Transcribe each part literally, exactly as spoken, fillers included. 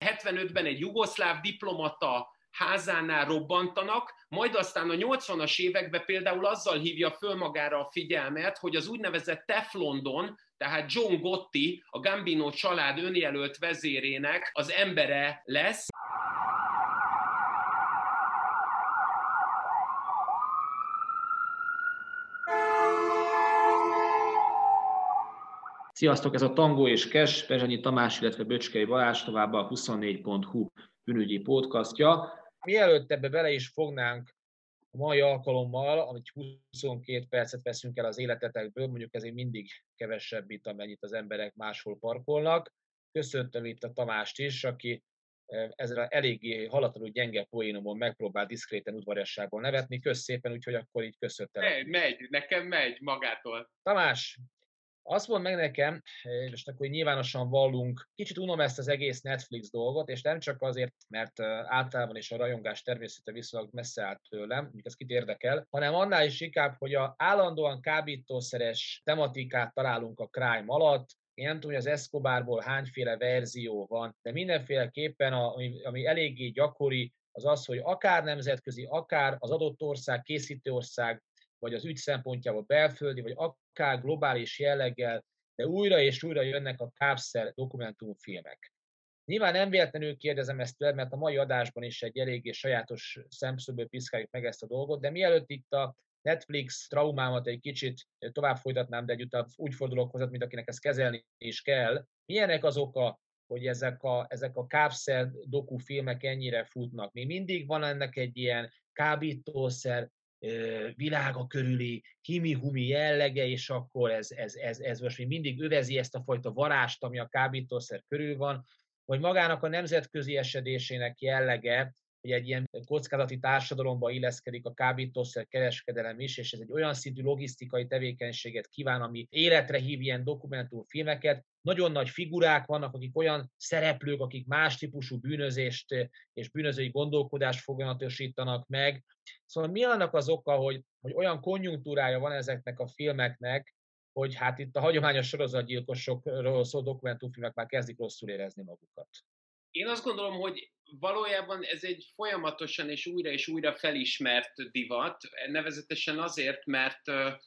hetvenötben egy jugoszláv diplomata házánál robbantanak, majd aztán a nyolcvanas években például azzal hívja föl magára a figyelmet, hogy az úgynevezett Teflondon, tehát John Gotti, a Gambino család önjelölt vezérének az embere lesz. Sziasztok, ez a Tango és Cash, Bezsenyi Tamás, illetve Böcskei Balázs, továbbá a huszonnégy pont hu bűnügyi podcastja. Mielőtt ebbe bele is fognánk a mai alkalommal, amit huszonkét percet veszünk el az életetekből, mondjuk ezért mindig kevesebb itt, amennyit az emberek máshol parkolnak. Köszöntöm itt a Tamást is, aki ezzel eléggé halatlanul gyenge poénomon megpróbál diszkréten udvariasságból nevetni. Kösz szépen, úgyhogy akkor így köszöntem. Megy, megy, nekem megy magától. Tamás, azt mondd meg nekem, és akkor nyilvánosan vallunk, kicsit unom ezt az egész Netflix dolgot, és nem csak azért, mert általában is a rajongás természete viszonylag messze állt tőlem, mondjuk ez kit érdekel, hanem annál is inkább, hogy a állandóan kábítószeres tematikát találunk a crime alatt. Én nem tudom, hogy az Escobarból hányféle verzió van, de mindenféleképpen, ami, ami eléggé gyakori, az az, hogy akár nemzetközi, akár az adott ország, készítő ország, vagy az ügy szempontjából belföldi, vagy akár globális jelleggel, de újra és újra jönnek a kábszer dokumentumfilmek. Nyilván nem véletlenül kérdezem ezt tőled, mert a mai adásban is egy eléggé sajátos szemszögből piszkáljuk meg ezt a dolgot, de mielőtt itt a Netflix traumámat egy kicsit tovább folytatnám, de egyúttal úgy fordulok hozzá, mint akinek ezt kezelni is kell. Milyenek az oka, hogy ezek a, ezek a kábszer dokufilmek ennyire futnak? Még mindig van ennek egy ilyen kábítószer világa körüli himi-humi jellege, és akkor ez, ez, ez, ez most még mindig övezi ezt a fajta varást, ami a kábítószer körül van, vagy magának a nemzetközi esedésének jellege, hogy egy ilyen kockázati társadalomba illeszkedik a kábítószer kereskedelem is, és ez egy olyan szintű logisztikai tevékenységet kíván, ami életre hív ilyen dokumentumfilmeket. Nagyon nagy figurák vannak, akik olyan szereplők, akik más típusú bűnözést és bűnözői gondolkodást foganatosítanak meg. Szóval mi annak az oka, hogy, hogy olyan konjunktúrája van ezeknek a filmeknek, hogy hát itt a hagyományos sorozatgyilkosokról szóló dokumentumfilmek már kezdik rosszul érezni magukat? Én azt gondolom, hogy valójában ez egy folyamatosan és újra és újra felismert divat, nevezetesen azért, mert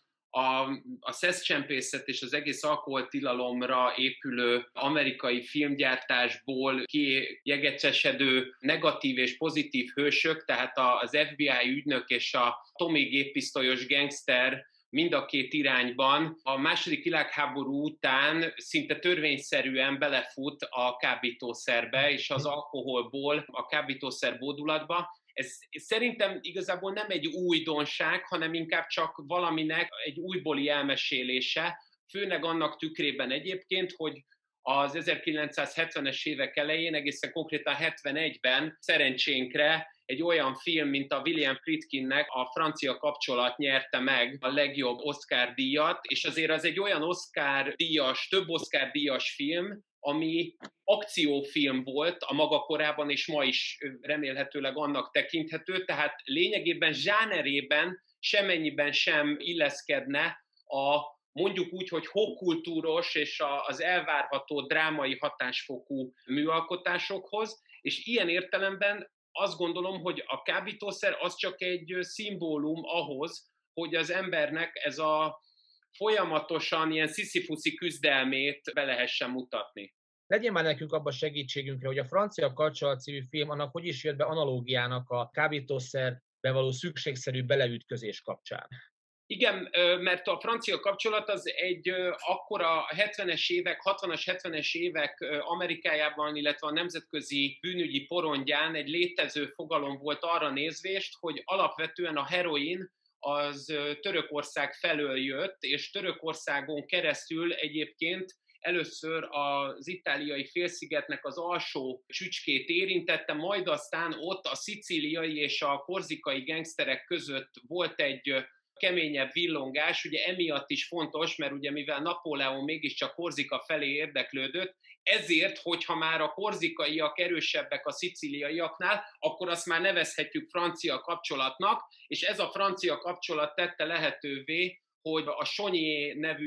a, a szeszcsempészet és az egész alkoholtilalomra épülő amerikai filmgyártásból kijegecsesedő negatív és pozitív hősök, tehát az ef bé i ügynök és a Tommy géppisztolyos gangster mind a két irányban a második világháború után szinte törvényszerűen belefut a kábítószerbe és az alkoholból a kábítószer bódulatba. Ez szerintem igazából nem egy újdonság, hanem inkább csak valaminek egy újbóli elmesélése, főleg annak tükrében egyébként, hogy az ezerkilencszázhetvenes évek elején, egészen konkrétan hetvenegyben szerencsénkre egy olyan film, mint a William Friedkinnek A francia kapcsolat nyerte meg a legjobb Oscar-díjat, és azért az egy olyan Oscar-díjas, több Oscar-díjas film, ami akciófilm volt a maga korában, és ma is remélhetőleg annak tekinthető, tehát lényegében zsánerében semennyiben sem illeszkedne a mondjuk úgy, hogy hopkultúros és az elvárható drámai hatásfokú műalkotásokhoz, és ilyen értelemben azt gondolom, hogy a kábítószer az csak egy szimbólum ahhoz, hogy az embernek ez a folyamatosan ilyen sziszifuszi küzdelmét be lehessen mutatni. Legyen már nekünk abban segítségünkre, hogy a Francia kapcsolat című film, annak hogy is jött be analógiának a kábítószerbe való szükségszerű beleütközés kapcsán? Igen, mert a francia kapcsolat az egy akkora hetvenes évek, hatvanas, hetvenes évek Amerikájában, illetve a nemzetközi bűnügyi porondján egy létező fogalom volt arra nézvést, hogy alapvetően a heroin az Törökország felől jött, és Törökországon keresztül egyébként először az itáliai félszigetnek az alsó csücskét érintette, majd aztán ott a szicíliai és a korzikai gengszterek között volt egy keményebb villongás, ugye emiatt is fontos, mert ugye mivel Napóleon mégiscsak Korzika felé érdeklődött, ezért, hogyha már a korzikaiak erősebbek a szicíliaiaknál, akkor azt már nevezhetjük francia kapcsolatnak, és ez a francia kapcsolat tette lehetővé, hogy a Saunier nevű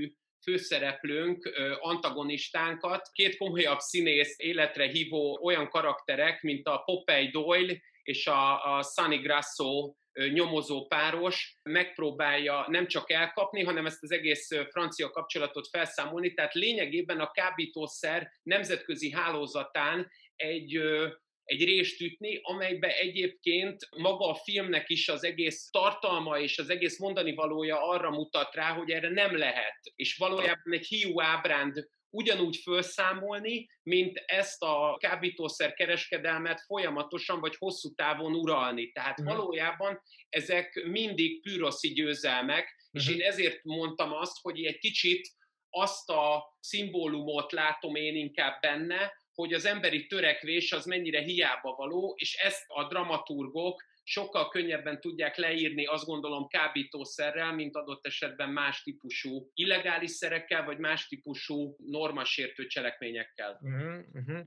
főszereplőnk, antagonistánkat, két komolyabb színész életre hívó olyan karakterek, mint a Popeye Doyle és a, a Sonny Grasso nyomozó páros megpróbálja nem csak elkapni, hanem ezt az egész francia kapcsolatot felszámolni, tehát lényegében a kábítószer nemzetközi hálózatán egy egy rést ütni, amelyben egyébként maga a filmnek is az egész tartalma és az egész mondani valója arra mutat rá, hogy erre nem lehet. És valójában egy hiú ábránd ugyanúgy felszámolni, mint ezt a kábítószer kereskedelmet folyamatosan vagy hosszú távon uralni. Tehát uh-huh. valójában ezek mindig püroszi győzelmek, uh-huh. és én ezért mondtam azt, hogy egy kicsit azt a szimbólumot látom én inkább benne, hogy az emberi törekvés az mennyire hiába való, és ezt a dramaturgok sokkal könnyebben tudják leírni, azt gondolom, kábítószerrel, mint adott esetben más típusú illegális szerekkel, vagy más típusú normasértő cselekményekkel. Uh-huh, uh-huh.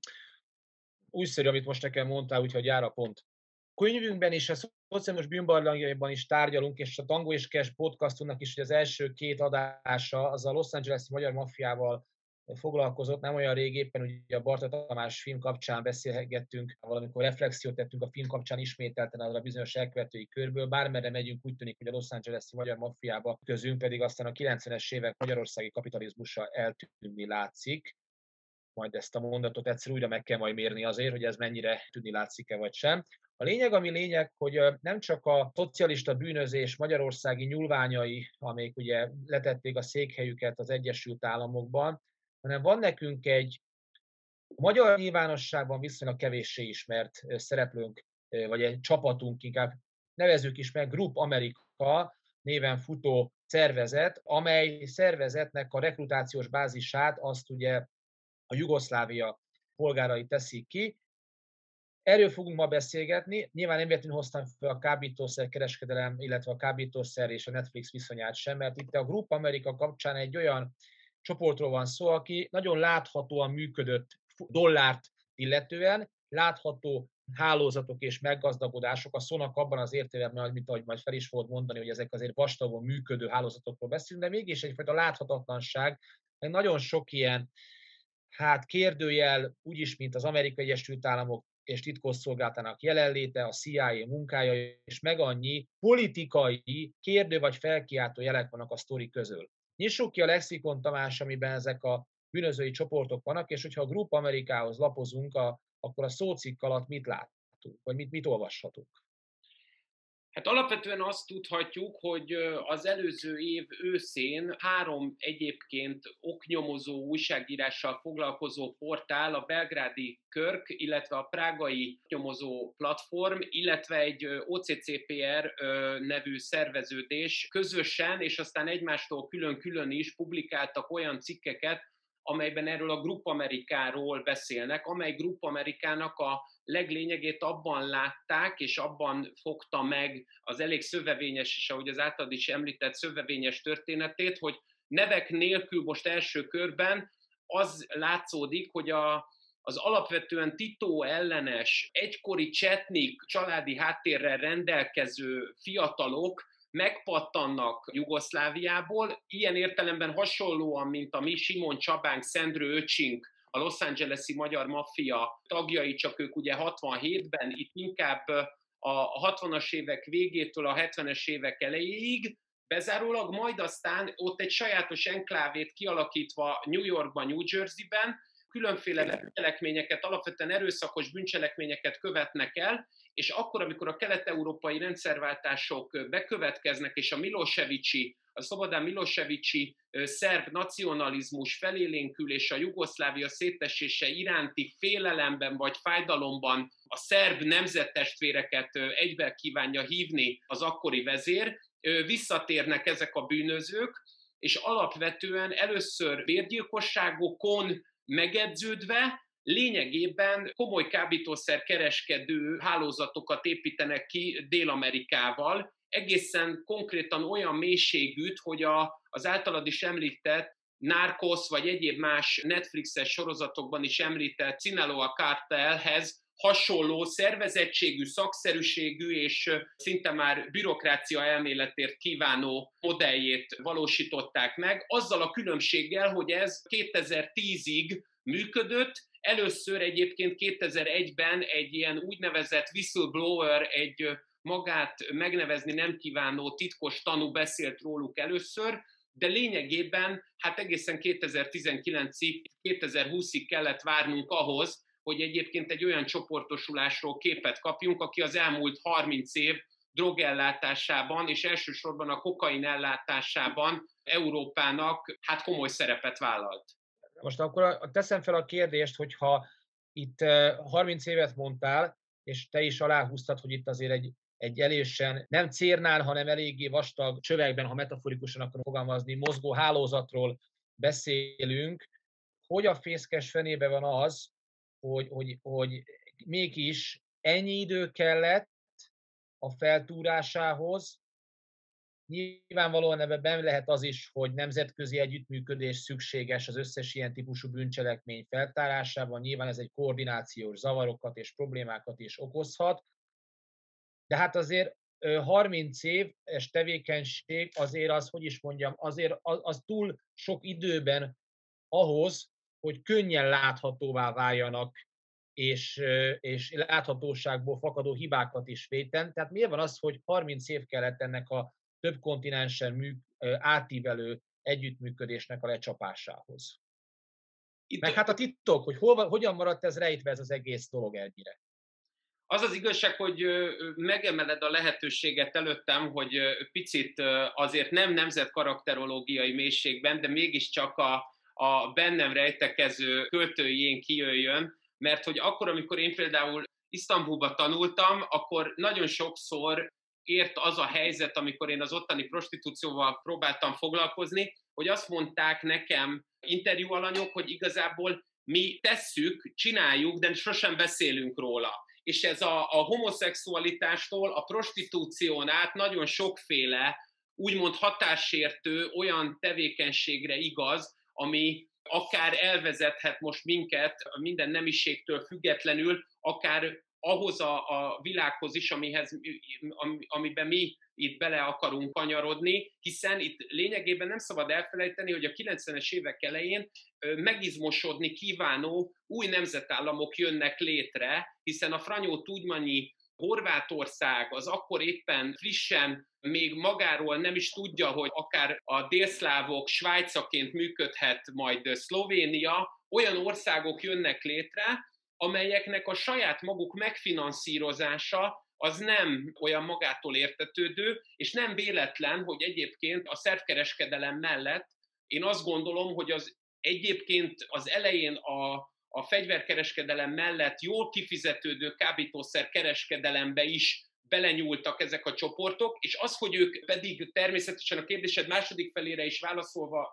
Újszerű, amit most nekem mondtál, úgyhogy jár a pont. Könyvünkben is, a Szociális bűnbarlangjaiban is tárgyalunk, és a Tango és Cash podcastunknak is, hogy az első két adása az a Los Angeles-i magyar maffiával foglalkozott, nem olyan rég, éppen ugye a Barta Tamás film kapcsán beszélgettünk, valamikor reflexiót tettünk a film kapcsán ismételten arra a bizonyos elkövetői körből, bármerre megyünk, úgy tűnik, hogy a Los Angeles-i magyar maffiába közünk, pedig aztán a kilencvenes évek magyarországi kapitalizmusa eltűnni látszik. Majd ezt a mondatot egyszer újra meg kell majd mérni azért, hogy ez mennyire tűnni látszik-e vagy sem. A lényeg, ami lényeg, hogy nem csak a szocialista bűnözés magyarországi nyúlványai, amelyek ugye letették a székhelyüket az Egyesült Államokban, hanem van nekünk egy magyar nyilvánosságban viszonylag kevéssé ismert szereplőnk, vagy egy csapatunk, inkább nevezzük is meg, Group America néven futó szervezet, amely szervezetnek a rekrutációs bázisát azt ugye a Jugoszlávia polgárai teszik ki. Erről fogunk ma beszélgetni. Nyilván nem véletlenül hoztam fel a kábítószerkereskedelem, illetve a kábítószer és a Netflix viszonyát sem, mert itt a Group America kapcsán egy olyan csoportról van szó, aki nagyon láthatóan működött dollárt illetően, látható hálózatok és meggazdagodások, a szónak abban az értelemben, mint ahogy majd fel is fogod mondani, hogy ezek azért vastagon működő hálózatokról beszélünk, de mégis egyfajta láthatatlanság, meg nagyon sok ilyen hát kérdőjel, úgyis, mint az Amerikai Egyesült Államok és titkosszolgálatának jelenléte, a C I A munkája, és meg annyi politikai kérdő vagy felkiáltó jelek vannak a sztori közül. Nyissuk ki a lexikon, Tamás, amiben ezek a bűnözői csoportok vannak, és hogyha a Group Amerikához lapozunk, a, akkor a szócikk alatt mit látunk, vagy mit, mit olvashatunk? Hát alapvetően azt tudhatjuk, hogy az előző év őszén három egyébként oknyomozó újságírással foglalkozó portál, a belgrádi Körk, illetve a prágai nyomozó platform, illetve egy O C C P R nevű szerveződés közösen, és aztán egymástól külön-külön is publikáltak olyan cikkeket, amelyben erről a Group Amerikáról beszélnek, amely Group Amerikának a leglényegét abban látták, és abban fogta meg az elég szövevényes, és ahogy az általad is említett szövevényes történetét, hogy nevek nélkül most első körben az látszódik, hogy a, az alapvetően Tito ellenes, egykori csetnik, családi háttérrel rendelkező fiatalok megpattannak Jugoszláviából, ilyen értelemben hasonlóan, mint a mi Simon Csabánk, Szendrő öcsink, a Los Angeles-i magyar maffia tagjai, csak ők ugye hatvanhétben, itt inkább a hatvanas évek végétől a hetvenes évek elejéig, bezárólag, majd aztán ott egy sajátos enklávét kialakítva New Yorkban, New Jerseyben, különféle bűncselekményeket, alapvetően erőszakos bűncselekményeket követnek el, és akkor, amikor a kelet-európai rendszerváltások bekövetkeznek, és a Milosevicsi, a Slobodan Milosevicsi szerb nacionalizmus felélénkül, és a Jugoszlávia szétesése iránti félelemben vagy fájdalomban a szerb nemzettestvéreket egybe kívánja hívni az akkori vezér, visszatérnek ezek a bűnözők, és alapvetően először vérgyilkosságokon megedződve, lényegében komoly kábítószer kereskedő hálózatokat építenek ki Dél-Amerikával, egészen konkrétan olyan mélységűt, hogy a, az általad is említett Narcos vagy egyéb más Netflixes sorozatokban is említett Sinaloa Cartelhez hasonló szervezettségű, szakszerűségű és szinte már bürokrácia elméletért kívánó modelljét valósították meg, azzal a különbséggel, hogy ez kétezer-tízig működött, először egyébként kétezer-egyben egy ilyen úgynevezett whistleblower, egy magát megnevezni nem kívánó titkos tanú beszélt róluk először, de lényegében hát egészen kétezer-tizenkilencig, kétezer-húszig kellett várnunk ahhoz, hogy egyébként egy olyan csoportosulásról képet kapjunk, aki az elmúlt harminc év drogellátásában, és elsősorban a kokain ellátásában Európának hát komoly szerepet vállalt. Most akkor teszem fel a kérdést, hogyha itt harminc évet mondtál, és te is aláhúztad, hogy itt azért egy, egy elésen nem cérnán, hanem eléggé vastag csövekben, ha metaforikusan akarom fogalmazni, mozgó hálózatról beszélünk, hogy a fészkes fenébe van az, hogy, hogy, hogy mégis ennyi idő kellett a feltúrásához. Nyilvánvalóan ebben benne lehet az is, hogy nemzetközi együttműködés szükséges az összes ilyen típusú bűncselekmény feltárásában. Nyilván ez egy koordinációs zavarokat és problémákat is okozhat. De hát azért harminc éves tevékenység azért az, hogy is mondjam, azért az, az túl sok időben ahhoz, hogy könnyen láthatóvá váljanak, és, és láthatóságból fakadó hibákat is véten. Tehát miért van az, hogy harminc év kellett ennek a több kontinensen mű, átívelő együttműködésnek a lecsapásához? Itt meg hát a titok, hogy hol, hogyan maradt ez rejtve ez az egész dolog ennyire? Az az igazság, hogy megemeled a lehetőséget előttem, hogy picit azért nem nemzetkarakterológiai mélységben, de mégiscsak a, a bennem rejtekező költőjén kijöjjön, mert hogy akkor, amikor én például Isztambulba tanultam, akkor nagyon sokszor ért az a helyzet, amikor én az ottani prostitúcióval próbáltam foglalkozni, hogy azt mondták nekem interjú alanyok, hogy igazából mi tesszük, csináljuk, de sosem beszélünk róla. És ez a, a homoszexualitástól a prostitúción át nagyon sokféle, úgymond hatássértő olyan tevékenységre igaz, ami akár elvezethet most minket minden nemiségtől függetlenül, akár ahhoz a, a világhoz is, amihez, amiben mi itt bele akarunk kanyarodni, hiszen itt lényegében nem szabad elfelejteni, hogy a kilencvenes évek elején megizmosodni kívánó új nemzetállamok jönnek létre, hiszen a Franyó Tudmanyi Horvátország az akkor éppen frissen még magáról nem is tudja, hogy akár a délszlávok Svájcaként működhet majd Szlovénia, olyan országok jönnek létre, amelyeknek a saját maguk megfinanszírozása az nem olyan magától értetődő, és nem véletlen, hogy egyébként a szervkereskedelem mellett én azt gondolom, hogy az egyébként az elején a, a fegyverkereskedelem mellett jól kifizetődő kábítószer kereskedelembe is belenyúltak ezek a csoportok, és az, hogy ők pedig természetesen a kérdésed második felére is válaszolva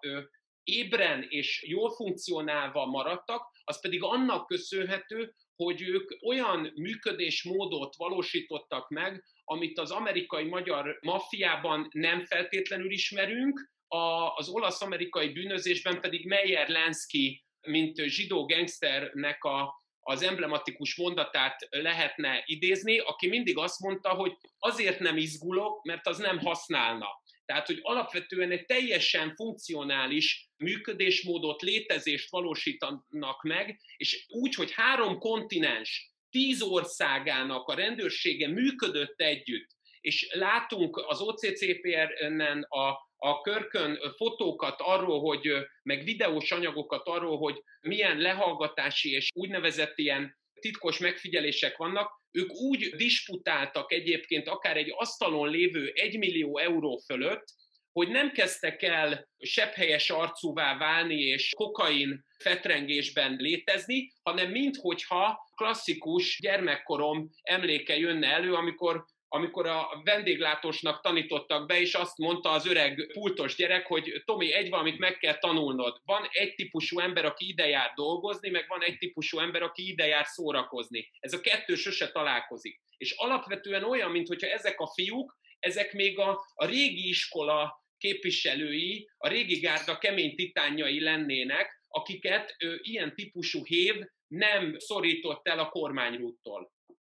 ébren és jól funkcionálva maradtak, az pedig annak köszönhető, hogy ők olyan működésmódot valósítottak meg, amit az amerikai-magyar maffiában nem feltétlenül ismerünk, az olasz-amerikai bűnözésben pedig Meyer Lansky, mint zsidó gangsternek a, az emblematikus mondatát lehetne idézni, aki mindig azt mondta, hogy azért nem izgulok, mert az nem használna. Tehát, hogy alapvetően egy teljesen funkcionális működésmódot, létezést valósítanak meg, és úgy, hogy három kontinens, tíz országának a rendőrsége működött együtt, és látunk az o cé cé pé er-nen a, a körkön fotókat arról, hogy, meg videós anyagokat arról, hogy milyen lehallgatási és úgynevezett ilyen titkos megfigyelések vannak, ők úgy disputáltak egyébként akár egy asztalon lévő egymillió euró fölött, hogy nem kezdtek el sebhelyes arcúvá válni és kokain fetrengésben létezni, hanem minthogyha klasszikus gyermekkorom emléke jönne elő, amikor amikor a vendéglátósnak tanítottak be, és azt mondta az öreg pultos gyerek, hogy Tomi, egy valamit meg kell tanulnod. Van egy típusú ember, aki ide jár dolgozni, meg van egy típusú ember, aki ide jár szórakozni. Ez a kettő sose találkozik. És alapvetően olyan, mintha ezek a fiúk, ezek még a, a régi iskola képviselői, a régi gárda kemény titánjai lennének, akiket ö, ilyen típusú hév nem szorított el a kormányrúdtól.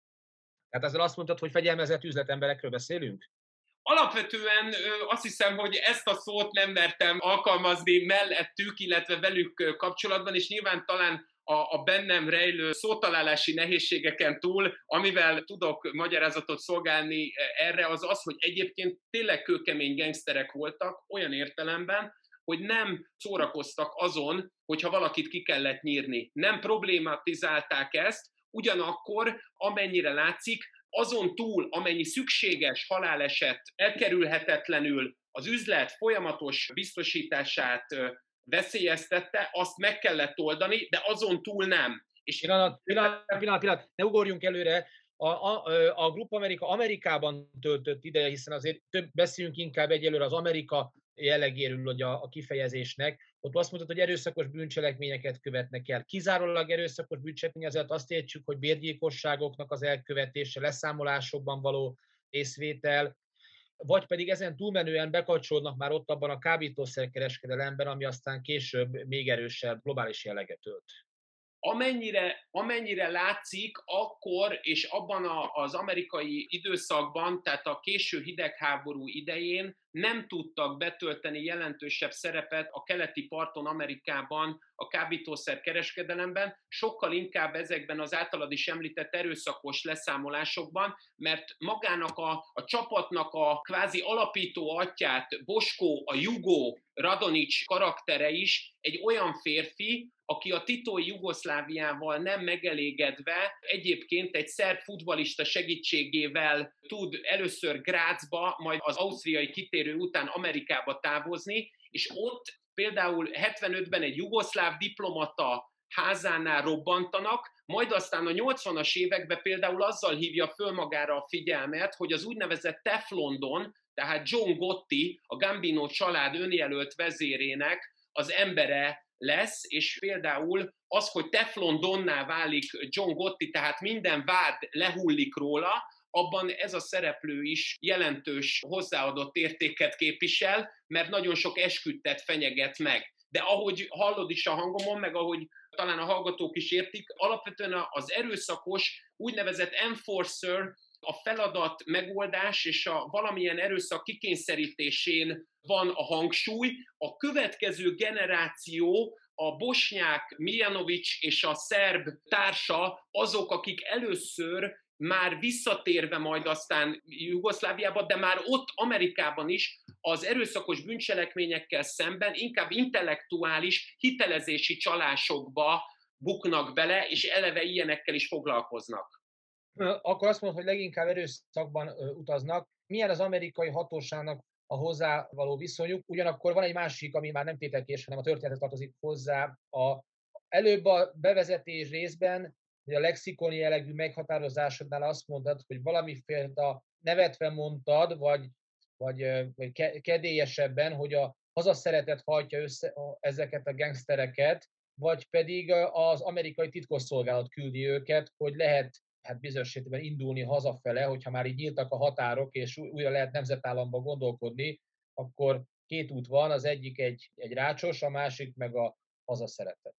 Tehát ezzel azt mondtad, hogy fegyelmezett üzletemberekről beszélünk? Alapvetően azt hiszem, hogy ezt a szót nem mertem alkalmazni mellettük, illetve velük kapcsolatban, és nyilván talán a, a bennem rejlő szótalálási nehézségeken túl, amivel tudok magyarázatot szolgálni erre, az az, hogy egyébként tényleg kőkemény gengszterek voltak, olyan értelemben, hogy nem szórakoztak azon, hogyha valakit ki kellett nyírni. Nem problématizálták ezt, ugyanakkor amennyire látszik, azon túl, amennyi szükséges haláleset elkerülhetetlenül az üzlet folyamatos biztosítását veszélyeztette, azt meg kellett oldani, de azon túl nem. És pillanat, pillanat, pillanat, pillanat, ne ugorjunk előre. A, a, a Group America Amerikában töltött ideje, hiszen azért több, beszéljünk inkább egyelőre az Amerika jellegéről, hogy a, a kifejezésnek. Ott azt mondtad, hogy erőszakos bűncselekményeket követnek el. Kizárólag erőszakos bűncselekmény, azért azt értsük, hogy bérgyilkosságoknak az elkövetése, leszámolásokban való részvétel, vagy pedig ezen túlmenően bekapcsolódnak már ott abban a kábítószerkereskedelemben, ami aztán később még erősebb globális jelleget ölt. Amennyire, amennyire látszik, akkor és abban a, az amerikai időszakban, tehát a késő hidegháború idején nem tudtak betölteni jelentősebb szerepet a keleti parton Amerikában a kábítószer kereskedelemben, sokkal inkább ezekben az általad is említett erőszakos leszámolásokban, mert magának a, a csapatnak a kvázi alapító atyját, Boskó, a Jugó, Radonics karaktere is egy olyan férfi, aki a titói Jugoszláviával nem megelégedve egyébként egy szerb futballista segítségével tud először Grazba, majd az ausztriai kitérő után Amerikába távozni, és ott például hetvenötben egy jugoszláv diplomata házánál robbantanak, majd aztán a nyolcvanas években például azzal hívja föl magára a figyelmet, hogy az úgynevezett Teflondon, tehát John Gotti, a Gambino család önjelölt vezérének az embere lesz, és például az, hogy Teflon Donná válik John Gotti, tehát minden vád lehullik róla, abban ez a szereplő is jelentős hozzáadott értéket képvisel, mert nagyon sok esküdtet fenyeget meg. De ahogy hallod is a hangomon, meg ahogy talán a hallgatók is értik, alapvetően az erőszakos úgynevezett enforcer, a feladat megoldás és a valamilyen erőszak kikényszerítésén van a hangsúly. A következő generáció, a bosnyák Miljanović és a szerb társa azok, akik először már visszatérve majd aztán Jugoszláviába, de már ott Amerikában is az erőszakos bűncselekményekkel szemben inkább intellektuális hitelezési csalásokba buknak bele, és eleve ilyenekkel is foglalkoznak. Akkor azt mondod, hogy leginkább erőszakban utaznak. Milyen az amerikai hatóságnak a hozzá való viszonyuk? Ugyanakkor van egy másik, ami már nem tételkés, hanem a történetet tartozik hozzá. A, előbb a bevezetés részben, hogy a lexikoni jellegű meghatározásodnál azt mondtad, hogy valamiféle nevetve mondtad, vagy, vagy, vagy kedélyesebben, hogy a hazaszeretet hajtja össze ezeket a gangstereket, vagy pedig az amerikai titkosszolgálat küldi őket, hogy lehet hát bizonyos esetben indulni hazafele, hogyha már így nyíltak a határok, és újra lehet nemzetállamba gondolkodni, akkor két út van, az egyik egy, egy rácsos, a másik meg a hazaszeretet.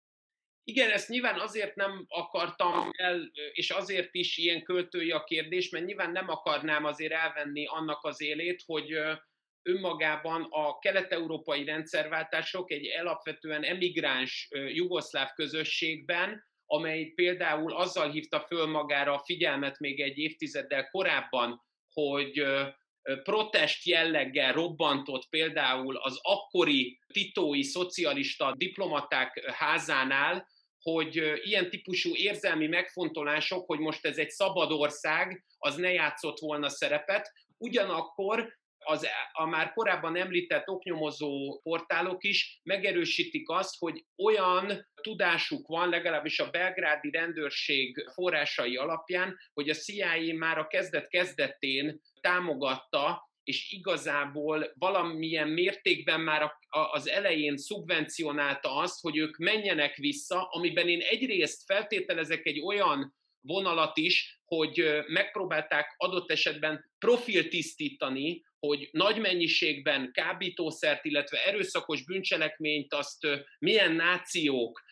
Igen, ezt nyilván azért nem akartam el, és azért is ilyen költői a kérdés, mert nyilván nem akarnám azért elvenni annak az élét, hogy önmagában a kelet-európai rendszerváltások egy alapvetően emigráns jugoszláv közösségben, amely például azzal hívta föl magára a figyelmet még egy évtizeddel korábban, hogy protest jelleggel robbantott például az akkori titói szocialista diplomaták házánál, hogy ilyen típusú érzelmi megfontolások, hogy most ez egy szabad ország, az ne játszott volna szerepet. Ugyanakkor az, a már korábban említett oknyomozó portálok is megerősítik azt, hogy olyan tudásuk van, legalábbis a belgrádi rendőrség forrásai alapján, hogy a C I A már a kezdet-kezdetén támogatta, és igazából valamilyen mértékben már az elején szubvencionálta azt, hogy ők menjenek vissza, amiben én egyrészt feltételezek egy olyan vonalat is, hogy megpróbálták adott esetben profiltisztítani, hogy nagy mennyiségben kábítószert, illetve erőszakos bűncselekményt azt milyen nációk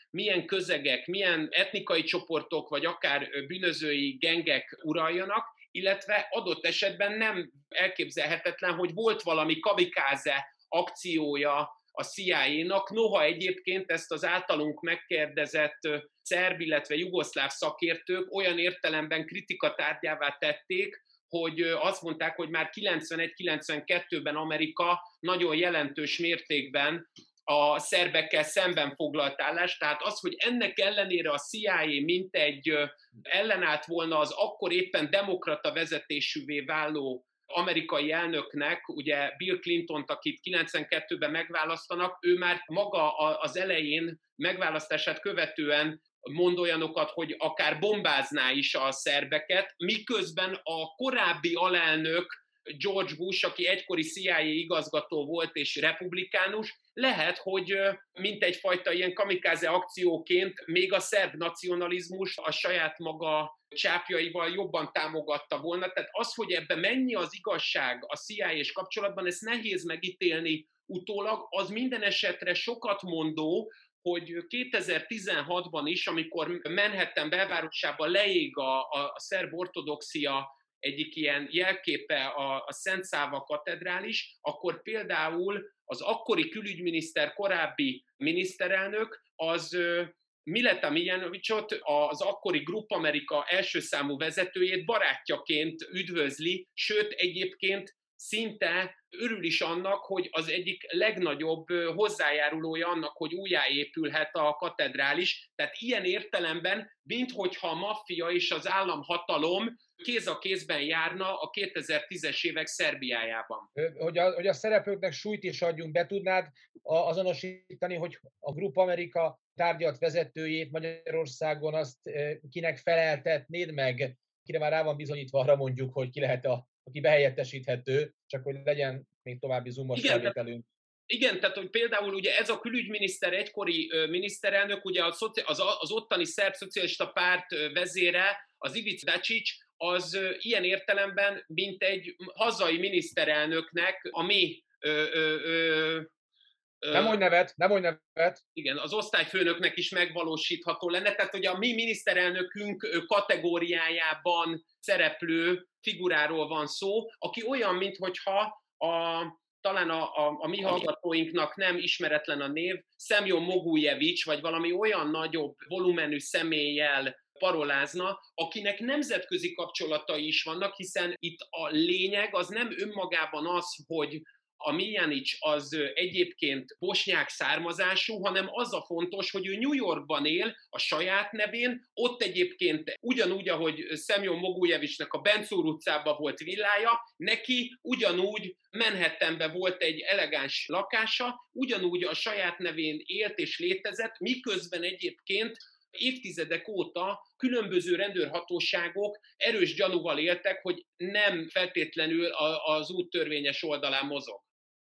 milyen közegek, milyen etnikai csoportok, vagy akár bűnözői gengek uraljanak, illetve adott esetben nem elképzelhetetlen, hogy volt valami kamikáze akciója a C I A-nak, noha egyébként ezt az általunk megkérdezett szerb, illetve jugoszláv szakértők olyan értelemben kritika tárgyává tették, hogy azt mondták, hogy már kilencvenegy kilencvenkettőben Amerika nagyon jelentős mértékben a szerbekkel szemben foglalt állást, tehát az, hogy ennek ellenére a C I A mintegy ellenállt volna az akkor éppen demokrata vezetésűvé váló amerikai elnöknek, ugye Bill Clintont, akit kilencvenkettőben megválasztanak, ő már maga az elején megválasztását követően mond olyanokat, hogy akár bombázná is a szerbeket, miközben a korábbi alelnök George Bush, aki egykori C I A igazgató volt és republikánus, lehet, hogy mint egyfajta ilyen kamikáze akcióként még a szerb nacionalizmus a saját maga csápjaival jobban támogatta volna. Tehát az, hogy ebben mennyi az igazság a C I A-s kapcsolatban, ezt nehéz megítélni utólag, az minden esetre sokat mondó, hogy kétezer-tizenhatban is, amikor Manhattan belvárosában leég a, a, a szerb ortodoxia egyik ilyen jelképe a, a Szent Száva katedrális, akkor például az akkori külügyminiszter, korábbi miniszterelnök, az Mileta Mijanovićot, az akkori Grup Amerika első számú vezetőjét barátjaként üdvözli, sőt egyébként szinte örül is annak, hogy az egyik legnagyobb hozzájárulója annak, hogy újjáépülhet a katedrális. Tehát ilyen értelemben, minthogyha a maffia és az államhatalom kéz a kézben járna a kétezer-tízes évek Szerbiájában. Hogy a, hogy a szereplőknek súlyt is adjunk, be tudnád azonosítani, hogy a Grup Amerika tárgyalt vezetőjét Magyarországon azt kinek feleltetnéd meg, kire már rá van bizonyítva arra mondjuk, hogy ki lehet a aki behelyettesíthető, csak hogy legyen még további zoomos felvételünk. Igen, tehát hogy például ugye ez a külügyminiszter, egykori ö, miniszterelnök, ugye az, az, az ottani szerb szocialista párt ö, vezére, az Ivica Dačić, az ö, ilyen értelemben, mint egy hazai miniszterelnöknek a mi ö, ö, ö, Nem mondj nevet, nem mondj nevet. Igen, az osztályfőnöknek is megvalósítható lenne, tehát hogy a mi miniszterelnökünk kategóriájában szereplő figuráról van szó, aki olyan, minthogyha a, talán a, a, a mi hallgatóinknak nem ismeretlen a név, Semjon Mogujević, vagy valami olyan nagyobb volumenű személlyel parolázna, akinek nemzetközi kapcsolatai is vannak, hiszen itt a lényeg az nem önmagában az, hogy a Mijanić az egyébként bosnyák származású, hanem az a fontos, hogy ő New Yorkban él a saját nevén, ott egyébként ugyanúgy, ahogy Semjon Mogujevićnek a Benczúr utcában volt villája, neki ugyanúgy Manhattanben volt egy elegáns lakása, ugyanúgy a saját nevén élt és létezett, miközben egyébként évtizedek óta különböző rendőrhatóságok erős gyanúval éltek, hogy nem feltétlenül az út törvényes oldalán mozog.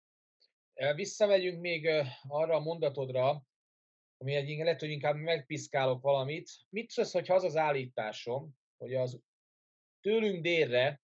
Visszamegyünk még arra a mondatodra, ami egy, lehet, hogy inkább megpiszkálok valamit. Mit szólsz, hogyha az az állításom, hogy az tőlünk délre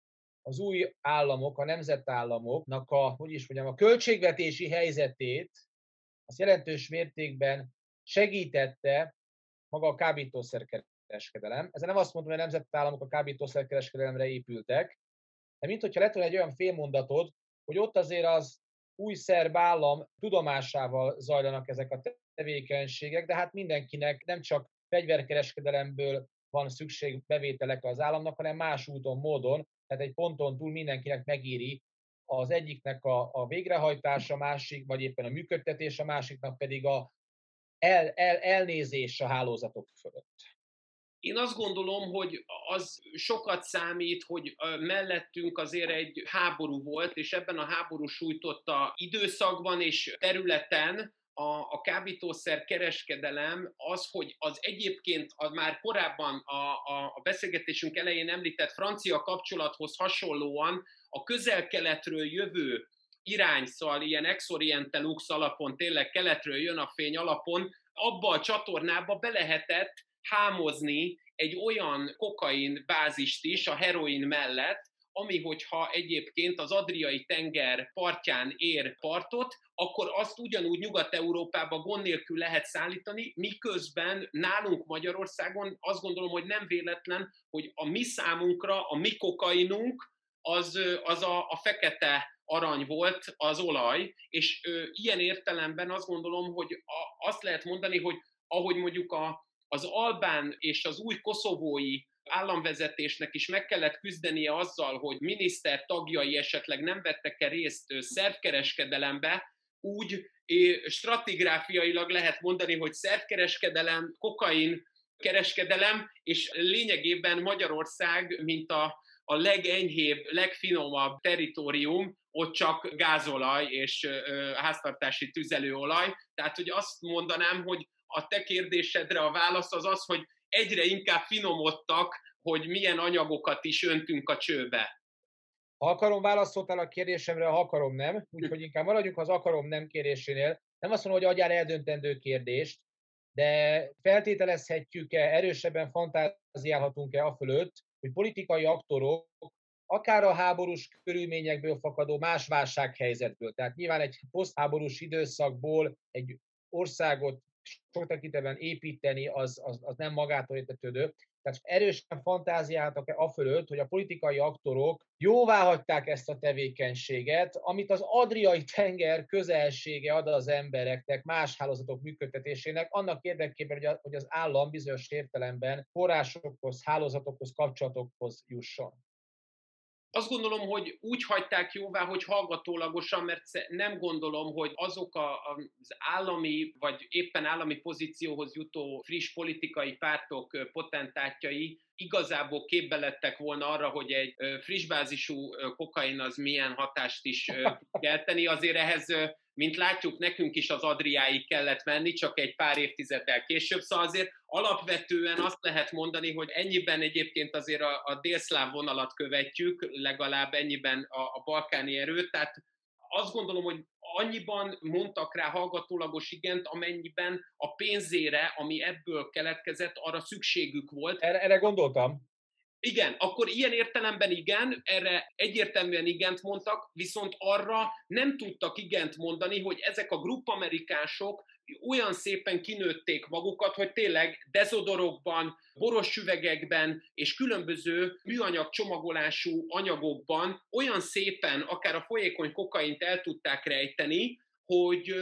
az új államok, a nemzetállamoknak a, hogy is mondjam, a költségvetési helyzetét az jelentős mértékben segítette maga a kábítószerkereskedelem. Ezzel nem azt mondom, hogy a nemzetállamok a kábítószerkereskedelemre épültek, de minthogyha lett volna egy olyan félmondatod, hogy ott azért az új szerb állam tudomásával zajlanak ezek a tevékenységek, de hát mindenkinek nem csak fegyverkereskedelemből van szükség bevételekre az államnak, hanem más úton, módon, tehát egy ponton túl mindenkinek megéri az egyiknek a, a végrehajtása, másik, vagy éppen a működtetés, a másiknak pedig a el, el, elnézés a hálózatok fölött. Én azt gondolom, hogy az sokat számít, hogy mellettünk azért egy háború volt, és ebben a háború sújtotta időszakban és területen a, a kábítószer kereskedelem az, hogy az egyébként az már korábban a, a, a beszélgetésünk elején említett francia kapcsolathoz hasonlóan a közel-keletről jövő irányszal, ilyen ex-oriente lux alapon, tényleg keletről jön a fény alapon, abba a csatornába be lehetett hámozni egy olyan kokain bázist is a heroin mellett, ami hogyha egyébként az Adriai tenger partján ér partot, akkor azt ugyanúgy Nyugat-Európába gond nélkül lehet szállítani, miközben nálunk Magyarországon azt gondolom, hogy nem véletlen, hogy a mi számunkra, a mi kokainunk az, az a, a fekete arany volt, az olaj, és ö, ilyen értelemben azt gondolom, hogy a, azt lehet mondani, hogy ahogy mondjuk a, az albán és az új koszovói államvezetésnek is meg kellett küzdenie azzal, hogy miniszter tagjai esetleg nem vettek-e részt szervkereskedelembe, úgy stratigráfiailag lehet mondani, hogy szervkereskedelem, kokain kereskedelem, és lényegében Magyarország, mint a, a legenyhébb, legfinomabb territórium, ott csak gázolaj és ö, háztartási tüzelőolaj. Tehát, hogy azt mondanám, hogy a te kérdésedre a válasz az az, hogy egyre inkább finomodtak, hogy milyen anyagokat is öntünk a csőbe. Ha akarom, válaszoltál a kérdésemre, ha akarom, nem. Úgyhogy inkább maradjunk az akarom, nem kérdésénél. Nem azt mondom, hogy adjál eldöntendő kérdést, de feltételezhetjük-e, erősebben fantáziálhatunk-e afölött, hogy politikai aktorok akár a háborús körülményekből fakadó más válsághelyzetből, tehát nyilván egy posztháborús időszakból egy országot sok tekintetben építeni, az, az, az nem magától értetődő. Tehát erősen fantáziáltak-e afölött, hogy a politikai aktorok jóváhagyták ezt a tevékenységet, amit az Adriai tenger közelsége ad az embereknek, más hálózatok működtetésének, annak érdekében, hogy az állam bizonyos értelemben forrásokhoz, hálózatokhoz, kapcsolatokhoz jusson. Azt gondolom, hogy úgy hagyták jóvá, hogy hallgatólagosan, mert nem gondolom, hogy azok a, az állami, vagy éppen állami pozícióhoz jutó friss politikai pártok potentátjai igazából képbe lettek volna arra, hogy egy frissbázisú kokain az milyen hatást is kelteni. Azért ehhez, mint látjuk, nekünk is az Adriáig kellett menni, csak egy pár évtizeddel később. Szóval azért alapvetően azt lehet mondani, hogy ennyiben egyébként azért a, a délszláv vonalat követjük, legalább ennyiben a, a balkáni erőt. Tehát azt gondolom, hogy annyiban mondtak rá hallgatólagos igent, amennyiben a pénzére, ami ebből keletkezett, arra szükségük volt. Erre, erre gondoltam. Igen, akkor ilyen értelemben igen, erre egyértelműen igent mondtak, viszont arra nem tudtak igent mondani, hogy ezek a gruppamerikások olyan szépen kinőtték magukat, hogy tényleg dezodorokban, boros üvegekben és különböző műanyag csomagolású anyagokban olyan szépen akár a folyékony kokaint el tudták rejteni, hogy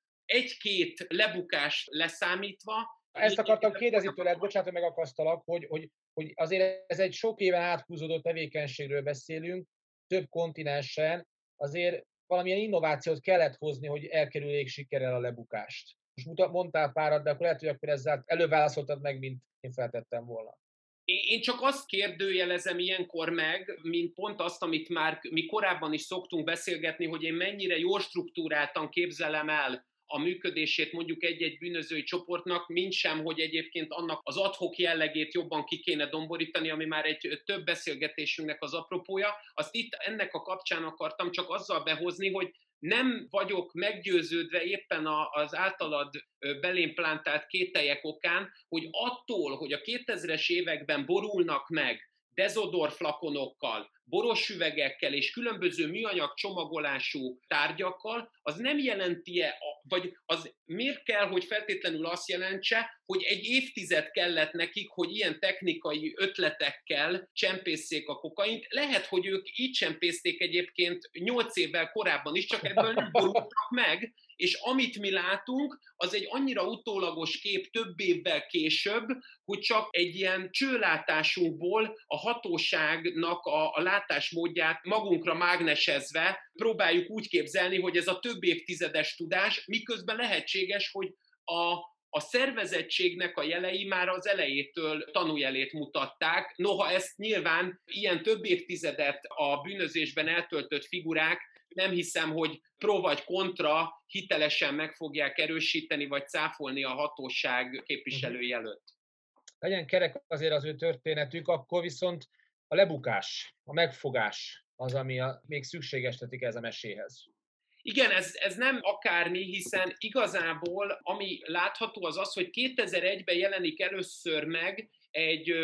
egy-két lebukást leszámítva. Ezt akartam kérdezni tőled, bocsánat, hogy megakasztalak, hogy, hogy, hogy azért ez egy sok éven áthúzódó tevékenységről beszélünk, több kontinensen, azért valamilyen innovációt kellett hozni, hogy elkerüljék sikerrel a lebukást. Most mondtál párat, de akkor lehet, hogy akkor ezzel előbb válaszoltad meg, mint én feltettem volna. Én csak azt kérdőjelezem ilyenkor meg, mint pont azt, amit már mi korábban is szoktunk beszélgetni, hogy én mennyire jól struktúráltan képzelem el a működését mondjuk egy-egy bűnözői csoportnak, mint sem, hogy egyébként annak az ad-hoc jellegét jobban ki kéne domborítani, ami már egy több beszélgetésünknek az apropója. Azt itt ennek a kapcsán akartam csak azzal behozni, hogy nem vagyok meggyőződve éppen az általad belém plántált kételyek okán, hogy attól, hogy a kétezres években borulnak meg dezodorflakonokkal, boros üvegekkel és különböző műanyag csomagolású tárgyakkal, az nem jelenti-e, vagy az miért kell, hogy feltétlenül azt jelentse, hogy egy évtized kellett nekik, hogy ilyen technikai ötletekkel csempészék a kokaint. Lehet, hogy ők így csempészték egyébként nyolc évvel korábban is, csak ebből nem borultak meg, és amit mi látunk, az egy annyira utólagos kép több évvel később, hogy csak egy ilyen csőlátásunkból a hatóságnak a, a látásmódját magunkra mágnesezve próbáljuk úgy képzelni, hogy ez a több évtizedes tudás, miközben lehetséges, hogy a A szervezettségnek a jelei már az elejétől tanújelét mutatták. Noha ezt nyilván ilyen több évtizedet a bűnözésben eltöltött figurák nem hiszem, hogy pro vagy kontra hitelesen meg fogják erősíteni vagy cáfolni a hatóság képviselői előtt. Legyen kerek azért az ő történetük, akkor viszont a lebukás, a megfogás az, ami a, még szükségesítik ez a meséhez. Igen, ez, ez nem akármi, hiszen igazából ami látható az az, hogy kétezer-egyben jelenik először meg egy ö,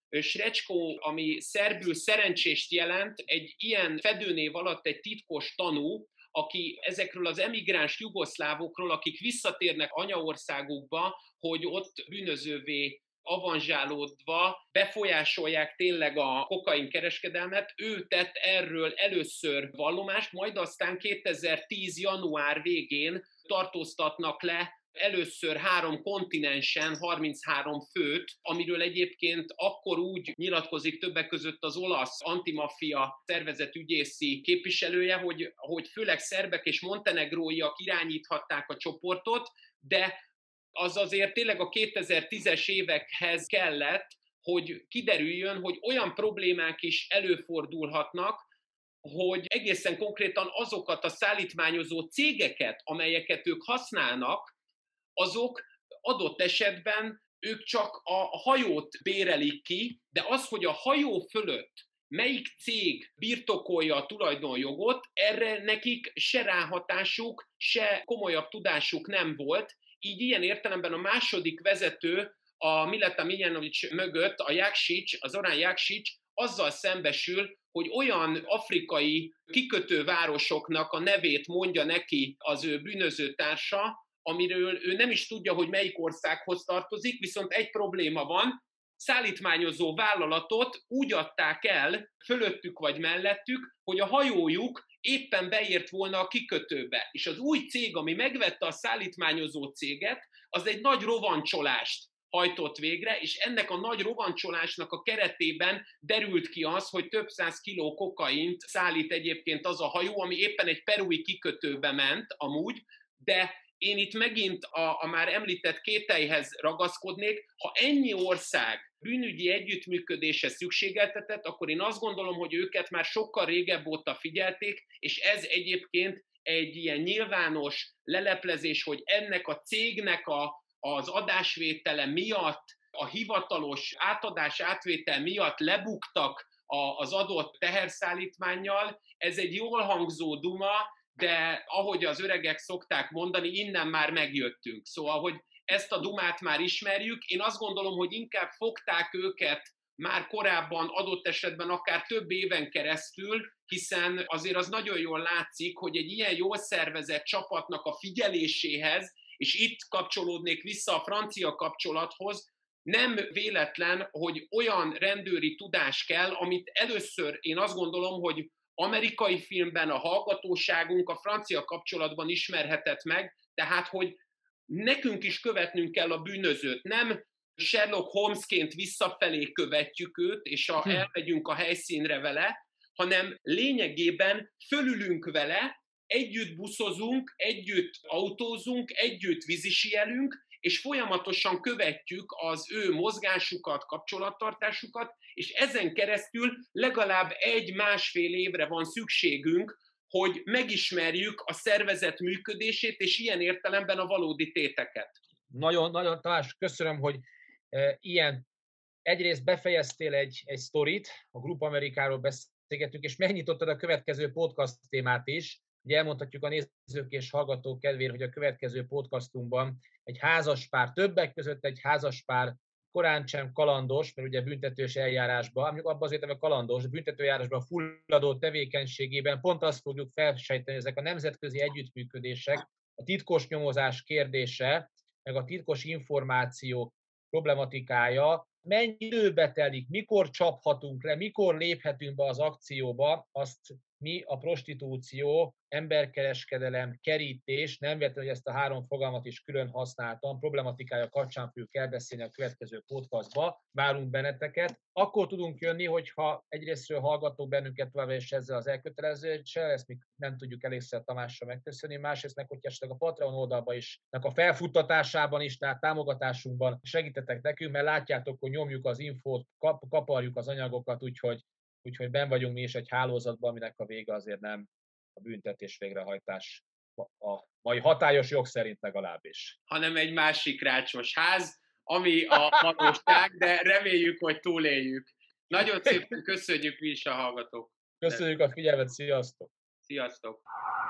Srecsko, ami szerbül szerencsést jelent, egy ilyen fedőnév alatt egy titkos tanú, aki ezekről az emigráns jugoszlávokról, akik visszatérnek anyaországukba, hogy ott bűnözővé avanzsálódva befolyásolják tényleg a kokain kereskedelmet, ő tett erről először vallomást, majd aztán kétezer-tíz. január végén tartóztatnak le először három kontinensen harminchárom főt, amiről egyébként akkor úgy nyilatkozik többek között az olasz antimafia szervezet ügyészi képviselője, hogy, hogy főleg szerbek és montenegróiak irányíthatták a csoportot, de az azért tényleg a kétezer-tízes évekhez kellett, hogy kiderüljön, hogy olyan problémák is előfordulhatnak, hogy egészen konkrétan azokat a szállítmányozó cégeket, amelyeket ők használnak, azok adott esetben ők csak a hajót bérelik ki, de az, hogy a hajó fölött melyik cég birtokolja a tulajdonjogot, erre nekik se ráhatásuk, se komolyabb tudásuk nem volt. Így ilyen értelemben a második vezető a Mileta Miljanović mögött, a Jakšić, az Orán Jakšić azzal szembesül, hogy olyan afrikai kikötővárosoknak a nevét mondja neki az ő bűnöző társa, amiről ő nem is tudja, hogy melyik országhoz tartozik, viszont egy probléma van, szállítmányozó vállalatot úgy adták el, fölöttük vagy mellettük, hogy a hajójuk éppen beért volna a kikötőbe. És az új cég, ami megvette a szállítmányozó céget, az egy nagy rovancsolást hajtott végre, és ennek a nagy rovancsolásnak a keretében derült ki az, hogy több száz kiló kokaint szállít egyébként az a hajó, ami éppen egy perui kikötőbe ment amúgy, de én itt megint a, a már említett kételyhez ragaszkodnék, ha ennyi ország bűnügyi együttműködése szükségeltetett, akkor én azt gondolom, hogy őket már sokkal régebb óta figyelték, és ez egyébként egy ilyen nyilvános leleplezés, hogy ennek a cégnek a, az adásvétele miatt, a hivatalos átadás átvétel miatt lebuktak a, az adott teherszállítmánnyal, ez egy jól hangzó duma, de ahogy az öregek szokták mondani, innen már megjöttünk. Szóval, hogy ezt a dumát már ismerjük, én azt gondolom, hogy inkább fogták őket már korábban, adott esetben akár több éven keresztül, hiszen azért az nagyon jól látszik, hogy egy ilyen jól szervezett csapatnak a figyeléséhez, és itt kapcsolódnék vissza a francia kapcsolathoz, nem véletlen, hogy olyan rendőri tudás kell, amit először én azt gondolom, hogy amerikai filmben a hallgatóságunk a francia kapcsolatban ismerhetett meg, tehát, hogy nekünk is követnünk kell a bűnözőt, nem Sherlock Holmesként visszafelé követjük őt, és a, elmegyünk a helyszínre vele, hanem lényegében fölülünk vele, együtt buszozunk, együtt autózunk, együtt vízisielünk, és folyamatosan követjük az ő mozgásukat, kapcsolattartásukat, és ezen keresztül legalább egy-másfél évre van szükségünk, hogy megismerjük a szervezet működését, és ilyen értelemben a valódi téteket. Nagyon, nagyon, Tamás, köszönöm, hogy e, ilyen egyrészt befejeztél egy, egy sztorit, a Grup Amerikáról beszélgettünk, és megnyitottad a következő podcast témát is. Ugye elmondhatjuk a nézők és hallgatók kedvéért, hogy a következő podcastunkban egy házaspár, többek között egy házaspár korán sem kalandos, mert ugye büntetős eljárásban, mondjuk abban azért, hogy kalandos, büntetőjárásban fulladó tevékenységében pont azt fogjuk felsejteni, ezek a nemzetközi együttműködések, a titkos nyomozás kérdése, meg a titkos információ problematikája, mennyi időbe telik, mikor csaphatunk le, mikor léphetünk be az akcióba, azt mi a prostitúció, emberkereskedelem, kerítés, nem véletlenül, hogy ezt a három fogalmat is külön használtam, problematikája kapcsán fogjuk elbeszélni a következő podcastba, várunk benneteket. Akkor tudunk jönni, hogyha egyrésztről hallgatók bennünket tovább és ezzel az elkötelezéssel, ezt mi nem tudjuk elégszer Tamással megköszönni, másrészt meg, hogy esetleg a Patreon oldalba is, a felfuttatásában is, tehát támogatásunkban segítetek nekünk, mert látjátok, hogy nyomjuk az infót, kap, kaparjuk az anyagokat, úgyhogy Úgyhogy benn vagyunk mi is egy hálózatban, aminek a vége azért nem a büntetés végrehajtás a mai hatályos jog szerint legalábbis. Hanem egy másik rácsos ház, ami a valóság, de reméljük, hogy túléljük. Nagyon szépen köszönjük mi is a hallgatók. Köszönjük a figyelmet, sziasztok! Sziasztok!